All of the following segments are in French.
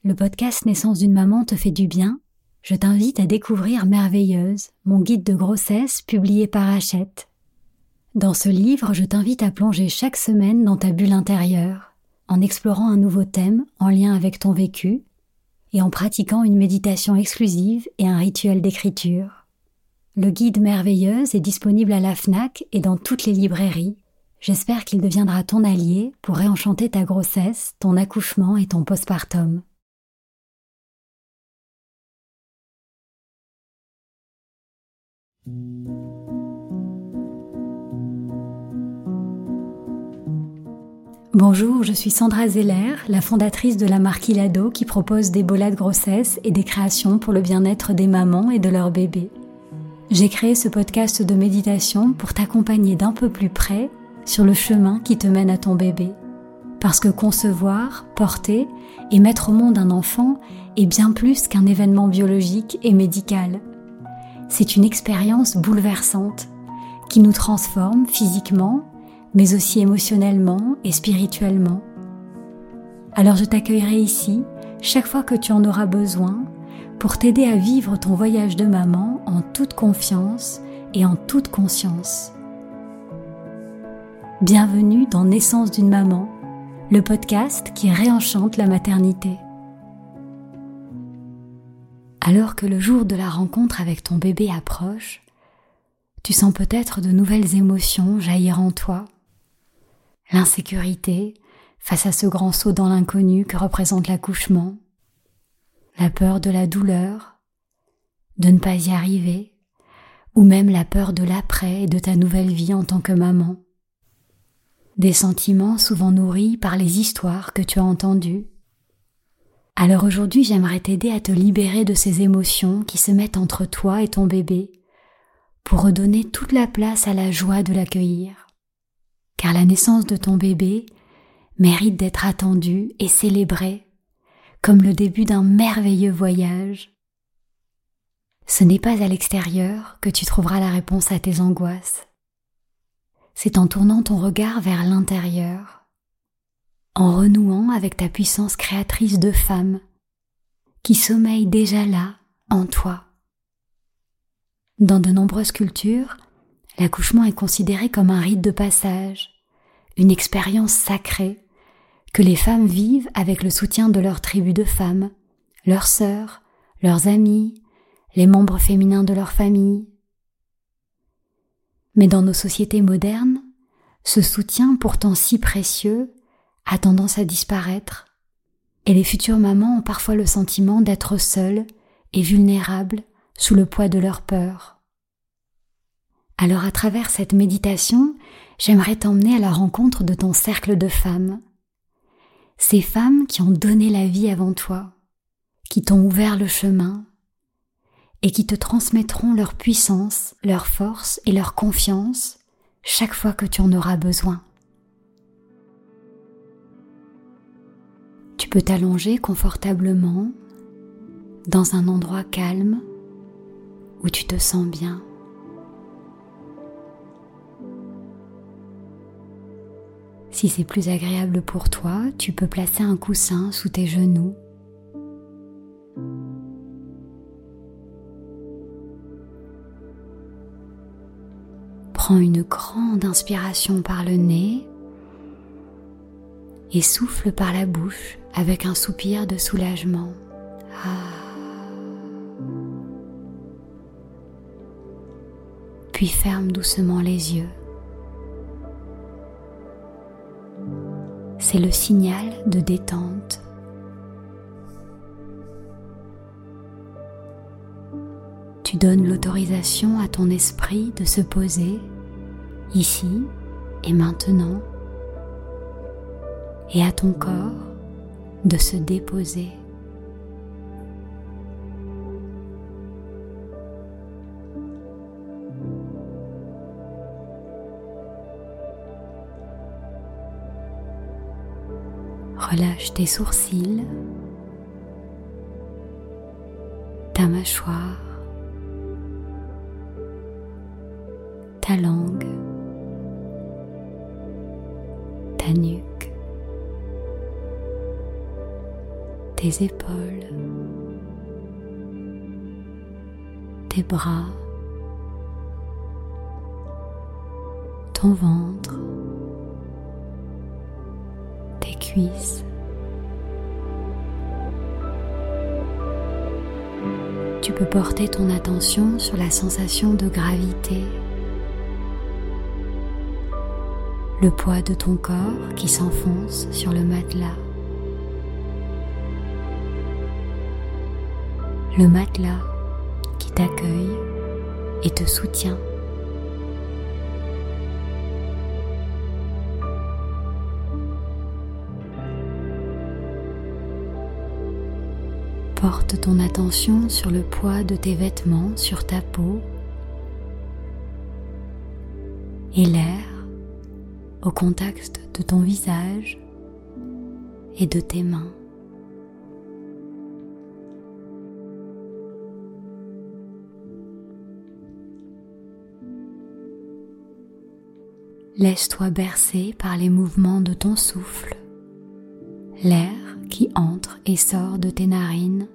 Le podcast Naissance d'une maman te fait du bien? Je t'invite à découvrir Merveilleuse, mon guide de grossesse publié par Hachette. Dans ce livre, je t'invite à plonger chaque semaine dans ta bulle intérieure, en explorant un nouveau thème en lien avec ton vécu et en pratiquant une méditation exclusive et un rituel d'écriture. Le guide Merveilleuse est disponible à la Fnac et dans toutes les librairies. J'espère qu'il deviendra ton allié pour réenchanter ta grossesse, ton accouchement et ton postpartum. Bonjour, je suis Sandra Zeller, la fondatrice de la marque Ilado qui propose des bolas de grossesse et des créations pour le bien-être des mamans et de leurs bébés. J'ai créé ce podcast de méditation pour t'accompagner d'un peu plus près sur le chemin qui te mène à ton bébé. Parce que concevoir, porter et mettre au monde un enfant est bien plus qu'un événement biologique et médical. C'est une expérience bouleversante qui nous transforme physiquement, mais aussi émotionnellement et spirituellement. Alors je t'accueillerai ici chaque fois que tu en auras besoin pour t'aider à vivre ton voyage de maman en toute confiance et en toute conscience. Bienvenue dans Naissance d'une maman, le podcast qui réenchante la maternité. Alors que le jour de la rencontre avec ton bébé approche, tu sens peut-être de nouvelles émotions jaillir en toi. L'insécurité face à ce grand saut dans l'inconnu que représente l'accouchement, la peur de la douleur, de ne pas y arriver, ou même la peur de l'après et de ta nouvelle vie en tant que maman. Des sentiments souvent nourris par les histoires que tu as entendues. Alors aujourd'hui, j'aimerais t'aider à te libérer de ces émotions qui se mettent entre toi et ton bébé pour redonner toute la place à la joie de l'accueillir. Car la naissance de ton bébé mérite d'être attendue et célébrée comme le début d'un merveilleux voyage. Ce n'est pas à l'extérieur que tu trouveras la réponse à tes angoisses. C'est en tournant ton regard vers l'intérieur, en renouant avec ta puissance créatrice de femme qui sommeille déjà là, en toi. Dans de nombreuses cultures, l'accouchement est considéré comme un rite de passage, une expérience sacrée que les femmes vivent avec le soutien de leur tribu de femmes, leurs sœurs, leurs amis, les membres féminins de leur famille. Mais dans nos sociétés modernes, ce soutien pourtant si précieux a tendance à disparaître, et les futures mamans ont parfois le sentiment d'être seules et vulnérables sous le poids de leur peur. Alors à travers cette méditation, j'aimerais t'emmener à la rencontre de ton cercle de femmes. Ces femmes qui ont donné la vie avant toi, qui t'ont ouvert le chemin et qui te transmettront leur puissance, leur force et leur confiance chaque fois que tu en auras besoin. Tu peux t'allonger confortablement dans un endroit calme où tu te sens bien. Si c'est plus agréable pour toi, tu peux placer un coussin sous tes genoux. Prends une grande inspiration par le nez et souffle par la bouche avec un soupir de soulagement. Puis ferme doucement les yeux. C'est le signal de détente. Tu donnes l'autorisation à ton esprit de se poser ici et maintenant, et à ton corps de se déposer. Relâche tes sourcils, ta mâchoire, ta langue, ta nuque, tes tes épaules, tes bras, ton ventre, tes cuisses. Tu peux porter ton attention sur la sensation de gravité, le poids de ton corps qui s'enfonce sur le matelas. Le matelas qui t'accueille et te soutient. Porte ton attention sur le poids de tes vêtements sur ta peau et l'air au contact de ton visage et de tes mains. Laisse-toi bercer par les mouvements de ton souffle, l'air qui entre et sort de tes narines,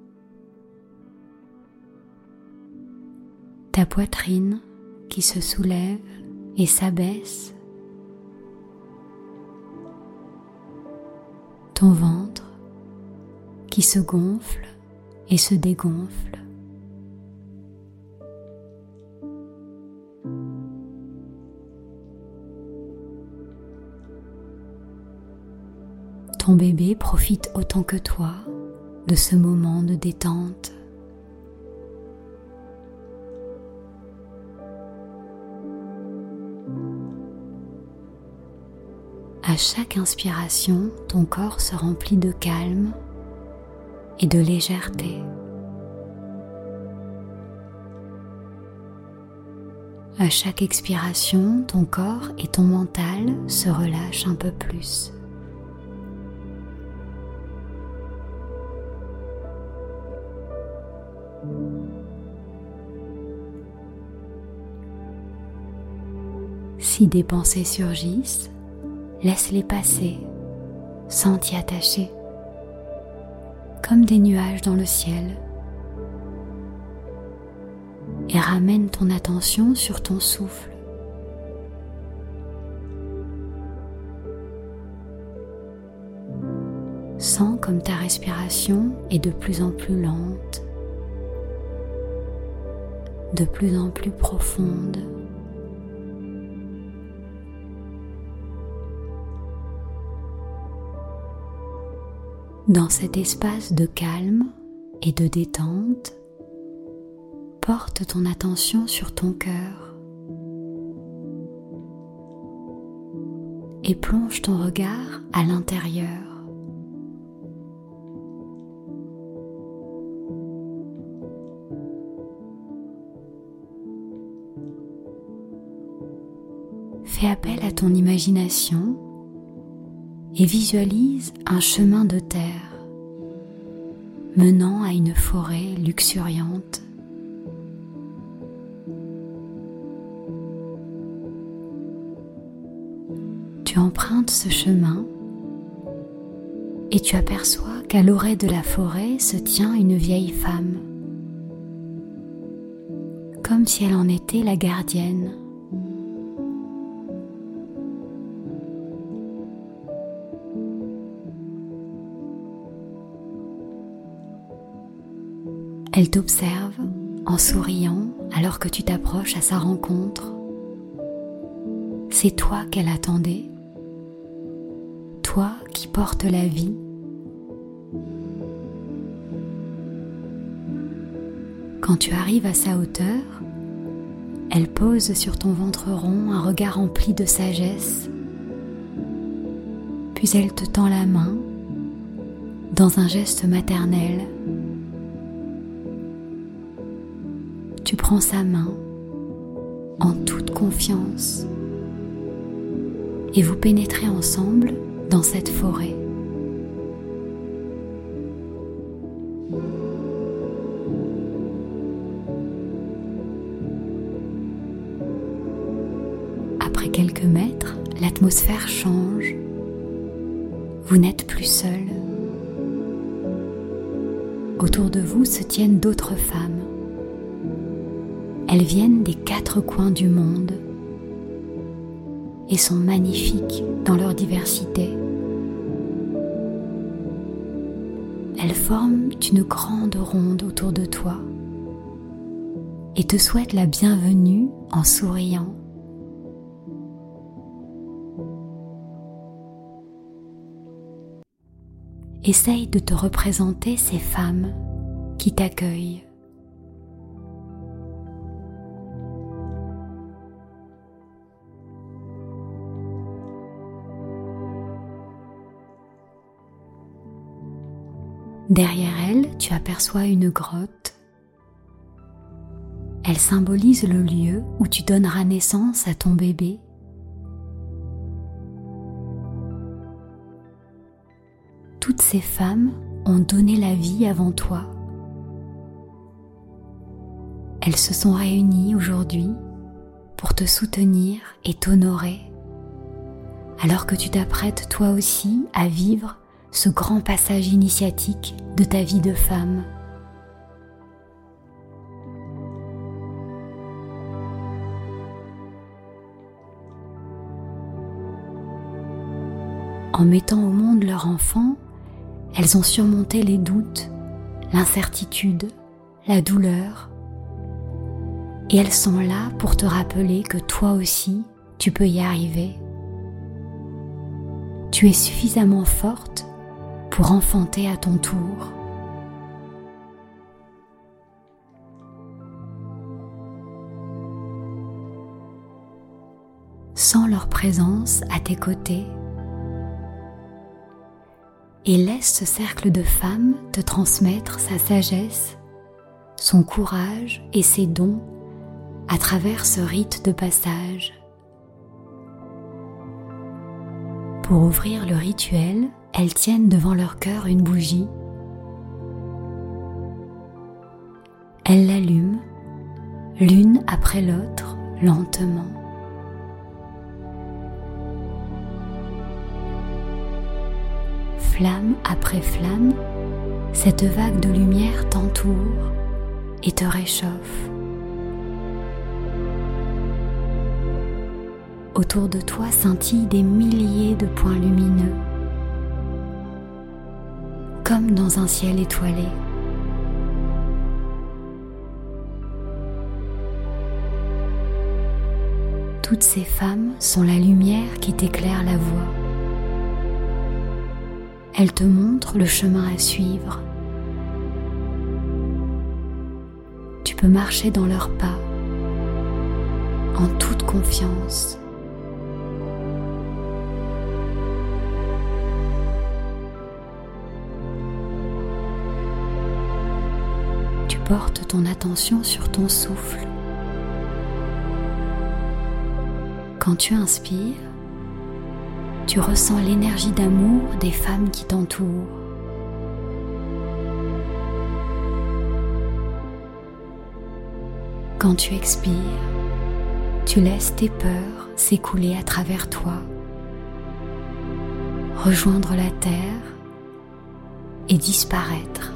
ta poitrine qui se soulève et s'abaisse, ton ventre qui se gonfle et se dégonfle. Ton bébé profite autant que toi de ce moment de détente. À chaque inspiration, ton corps se remplit de calme et de légèreté. À chaque expiration, ton corps et ton mental se relâchent un peu plus. Si des pensées surgissent, laisse-les passer sans t'y attacher, comme des nuages dans le ciel, et ramène ton attention sur ton souffle. Sens comme ta respiration est de plus en plus lente, de plus en plus profonde. Dans cet espace de calme et de détente, porte ton attention sur ton cœur et plonge ton regard à l'intérieur. Fais appel à ton imagination et visualise un chemin de terre menant à une forêt luxuriante. Tu empruntes ce chemin et tu aperçois qu'à l'orée de la forêt se tient une vieille femme, comme si elle en était la gardienne. Elle t'observe en souriant alors que tu t'approches à sa rencontre. C'est toi qu'elle attendait, toi qui portes la vie. Quand tu arrives à sa hauteur, elle pose sur ton ventre rond un regard rempli de sagesse, puis elle te tend la main dans un geste maternel. Tu prends sa main en toute confiance et vous pénétrez ensemble dans cette forêt. Après quelques mètres, l'atmosphère change. Vous n'êtes plus seul. autour de vous se tiennent d'autres femmes. Elles viennent des 4 coins du monde et sont magnifiques dans leur diversité. Elles forment une grande ronde autour de toi et te souhaitent la bienvenue en souriant. Essaye de te représenter ces femmes qui t'accueillent. Derrière elle, tu aperçois une grotte. Elle symbolise le lieu où tu donneras naissance à ton bébé. Toutes ces femmes ont donné la vie avant toi. Elles se sont réunies aujourd'hui pour te soutenir et t'honorer, alors que tu t'apprêtes toi aussi à vivre ce grand passage initiatique de ta vie de femme. En mettant au monde leur enfant, elles ont surmonté les doutes, l'incertitude, la douleur, et elles sont là pour te rappeler que toi aussi, tu peux y arriver. Tu es suffisamment forte pour enfanter à ton tour. Sens leur présence à tes côtés et laisse ce cercle de femmes te transmettre sa sagesse, son courage et ses dons à travers ce rite de passage. Pour ouvrir le rituel, elles tiennent devant leur cœur une bougie. Elles l'allument, l'une après l'autre, lentement. Flamme après flamme, cette vague de lumière t'entoure et te réchauffe. Autour de toi scintillent des milliers de points lumineux, comme dans un ciel étoilé. Toutes ces femmes sont la lumière qui t'éclaire la voie. Elles te montrent le chemin à suivre. Tu peux marcher dans leurs pas, en toute confiance. Tu portes ton attention sur ton souffle. Quand tu inspires, tu ressens l'énergie d'amour des femmes qui t'entourent. Quand tu expires, tu laisses tes peurs s'écouler à travers toi, rejoindre la terre et disparaître.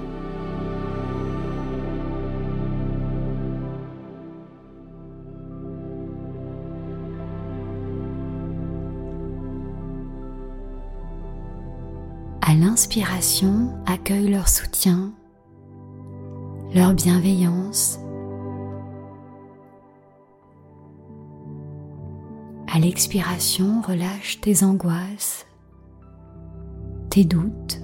À l'inspiration, accueille leur soutien, leur bienveillance. À l'expiration, relâche tes angoisses, tes doutes.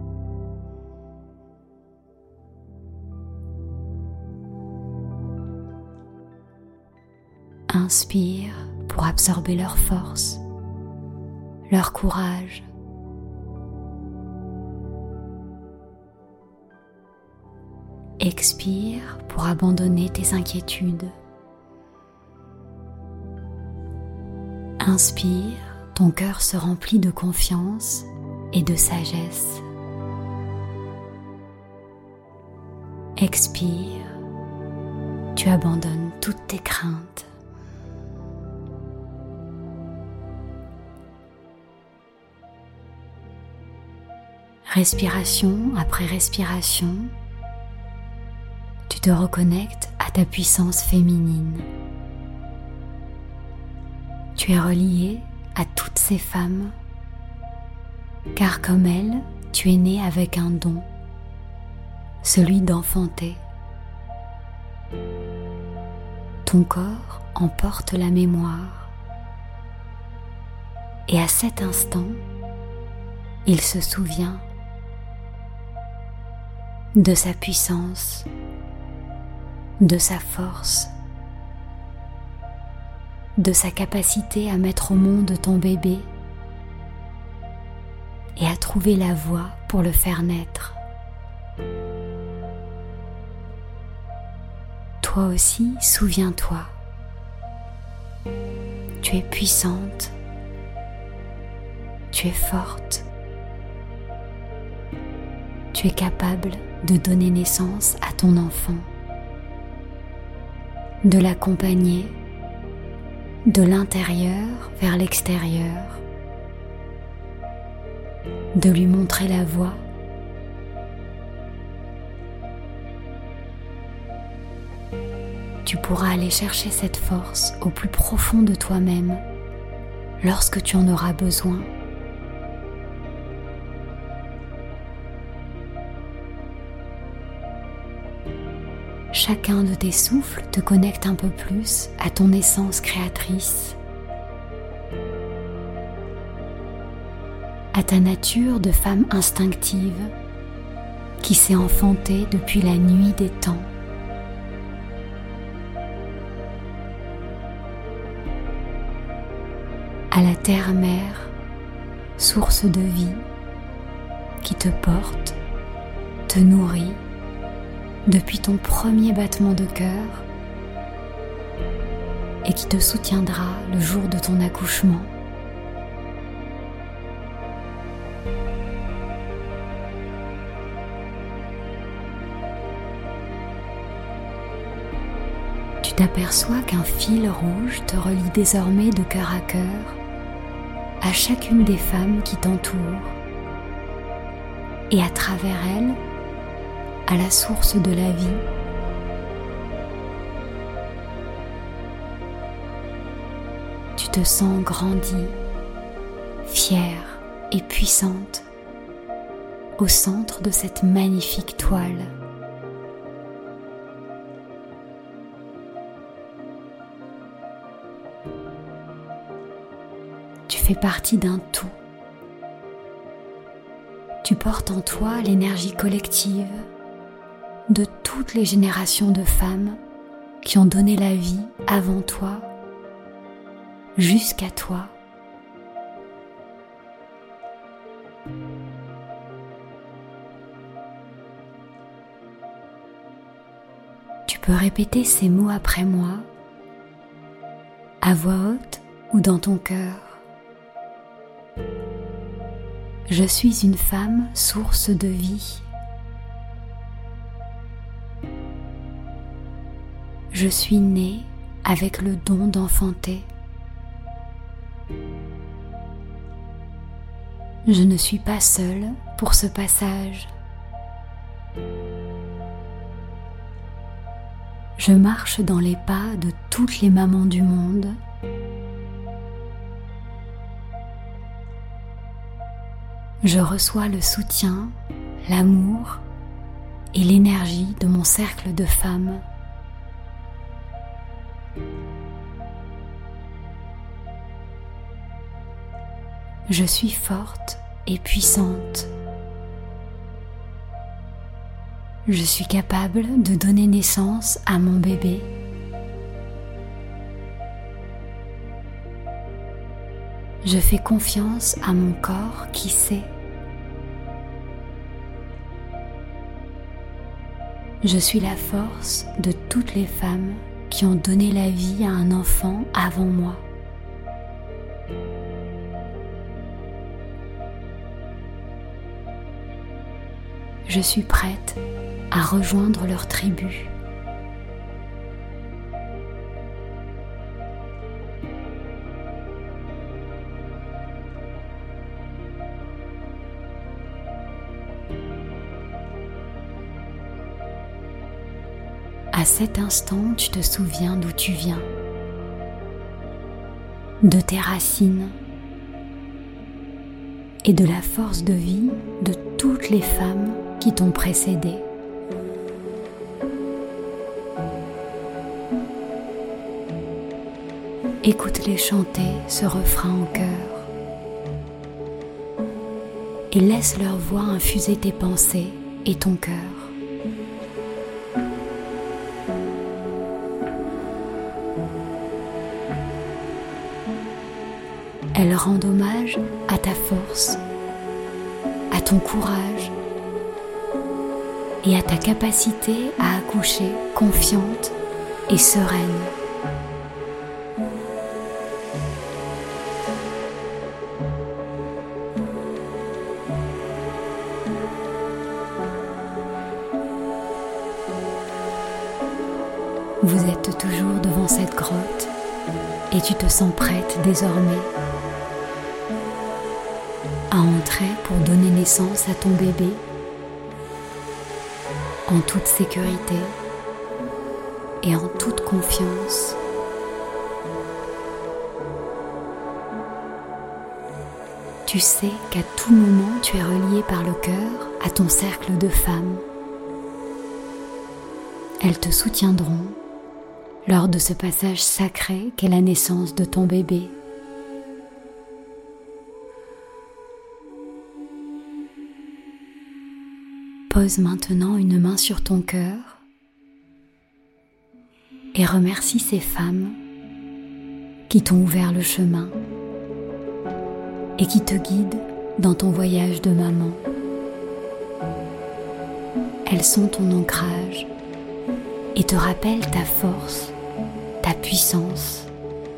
Inspire pour absorber leur force, leur courage. Expire pour abandonner tes inquiétudes. Inspire, ton cœur se remplit de confiance et de sagesse. Expire, tu abandonnes toutes tes craintes. Respiration après respiration, te reconnectes à ta puissance féminine. Tu es relié à toutes ces femmes, car comme elles, tu es né avec un don, celui d'enfanter. Ton corps en porte la mémoire, et à cet instant, il se souvient de sa puissance, de sa force, de sa capacité à mettre au monde ton bébé et à trouver la voie pour le faire naître. Toi aussi, souviens-toi, tu es puissante, tu es forte, tu es capable de donner naissance à ton enfant, de l'accompagner de l'intérieur vers l'extérieur, de lui montrer la voie. Tu pourras aller chercher cette force au plus profond de toi-même lorsque tu en auras besoin. Chacun de tes souffles te connecte un peu plus à ton essence créatrice, à ta nature de femme instinctive qui s'est enfantée depuis la nuit des temps. À la terre-mère, source de vie, qui te porte, te nourrit, depuis ton premier battement de cœur et qui te soutiendra le jour de ton accouchement. Tu t'aperçois qu'un fil rouge te relie désormais de cœur à cœur à chacune des femmes qui t'entourent et à travers elles à la source de la vie. Tu te sens grandie, fière et puissante au centre de cette magnifique toile. Tu fais partie d'un tout. Tu portes en toi l'énergie collective de toutes les générations de femmes qui ont donné la vie avant toi, jusqu'à toi. Tu peux répéter ces mots après moi, à voix haute ou dans ton cœur. Je suis une femme source de vie. Je suis née avec le don d'enfanter. Je ne suis pas seule pour ce passage. Je marche dans les pas de toutes les mamans du monde. Je reçois le soutien, l'amour et l'énergie de mon cercle de femmes. Je suis forte et puissante. Je suis capable de donner naissance à mon bébé. Je fais confiance à mon corps qui sait. Je suis la force de toutes les femmes qui ont donné la vie à un enfant avant moi. Je suis prête à rejoindre leur tribu. À cet instant, tu te souviens d'où tu viens, de tes racines et de la force de vie de toutes les femmes qui t'ont précédé. Écoute-les chanter ce refrain en chœur et laisse leur voix infuser tes pensées et ton cœur. Elles rendent hommage à ta force, à ton courage et à ta capacité à accoucher confiante et sereine. Vous êtes toujours devant cette grotte et tu te sens prête désormais à entrer pour donner naissance à ton bébé en toute sécurité et en toute confiance. Tu sais qu'à tout moment tu es relié par le cœur à ton cercle de femmes. Elles te soutiendront lors de ce passage sacré qu'est la naissance de ton bébé. Pose maintenant une main sur ton cœur et remercie ces femmes qui t'ont ouvert le chemin et qui te guident dans ton voyage de maman. Elles sont ton ancrage et te rappellent ta force, ta puissance.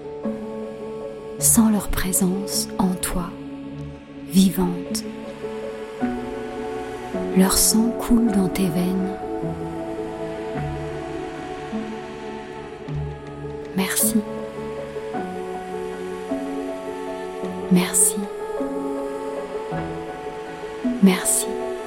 Sans leur présence en toi, vivante, leur sang coule dans tes veines. Merci. Merci. Merci.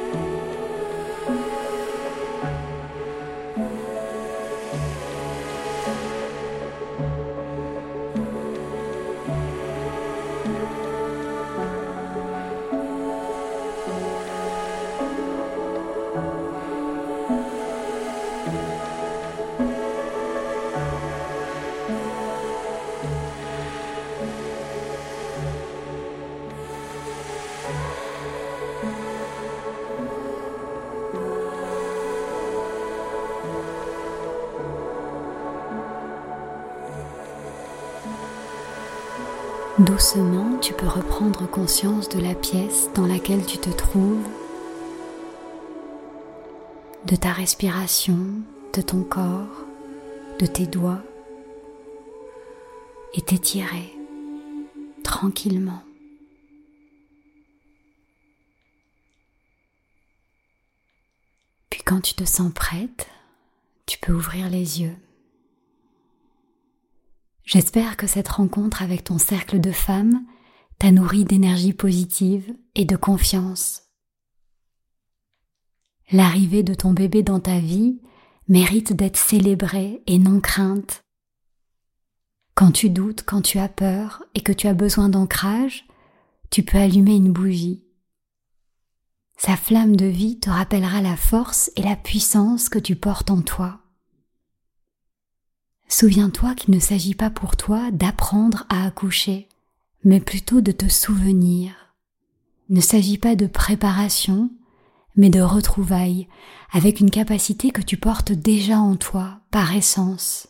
Doucement, tu peux reprendre conscience de la pièce dans laquelle tu te trouves, de ta respiration, de ton corps, de tes doigts, et t'étirer tranquillement. Puis quand tu te sens prête, tu peux ouvrir les yeux. J'espère que cette rencontre avec ton cercle de femmes t'a nourri d'énergie positive et de confiance. L'arrivée de ton bébé dans ta vie mérite d'être célébrée et non crainte. Quand tu doutes, quand tu as peur et que tu as besoin d'ancrage, tu peux allumer une bougie. Sa flamme de vie te rappellera la force et la puissance que tu portes en toi. Souviens-toi qu'il ne s'agit pas pour toi d'apprendre à accoucher, mais plutôt de te souvenir. Il ne s'agit pas de préparation, mais de retrouvailles, avec une capacité que tu portes déjà en toi, par essence.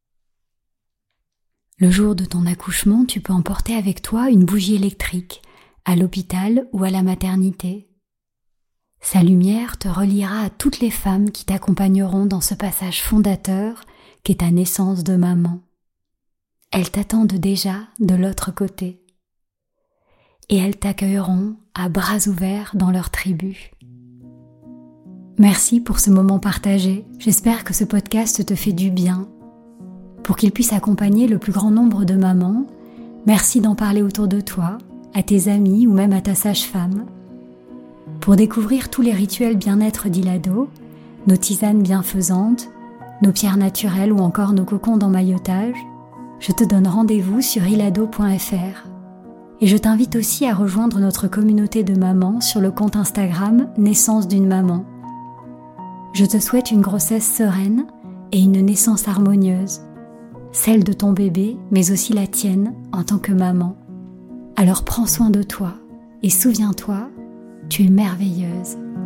Le jour de ton accouchement, tu peux emporter avec toi une bougie électrique, à l'hôpital ou à la maternité. Sa lumière te reliera à toutes les femmes qui t'accompagneront dans ce passage fondateur qu'est ta naissance de maman. Elles t'attendent déjà de l'autre côté. Et elles t'accueilleront à bras ouverts dans leur tribu. Merci pour ce moment partagé. J'espère que ce podcast te fait du bien. Pour qu'il puisse accompagner le plus grand nombre de mamans, merci d'en parler autour de toi, à tes amis ou même à ta sage-femme. Pour découvrir tous les rituels bien-être d'Ilado, nos tisanes bienfaisantes, nos pierres naturelles ou encore nos cocons d'emmaillotage, je te donne rendez-vous sur ilado.fr. Et je t'invite aussi à rejoindre notre communauté de mamans sur le compte Instagram Naissance d'une maman. Je te souhaite une grossesse sereine et une naissance harmonieuse, celle de ton bébé, mais aussi la tienne en tant que maman. Alors prends soin de toi et souviens-toi, tu es merveilleuse.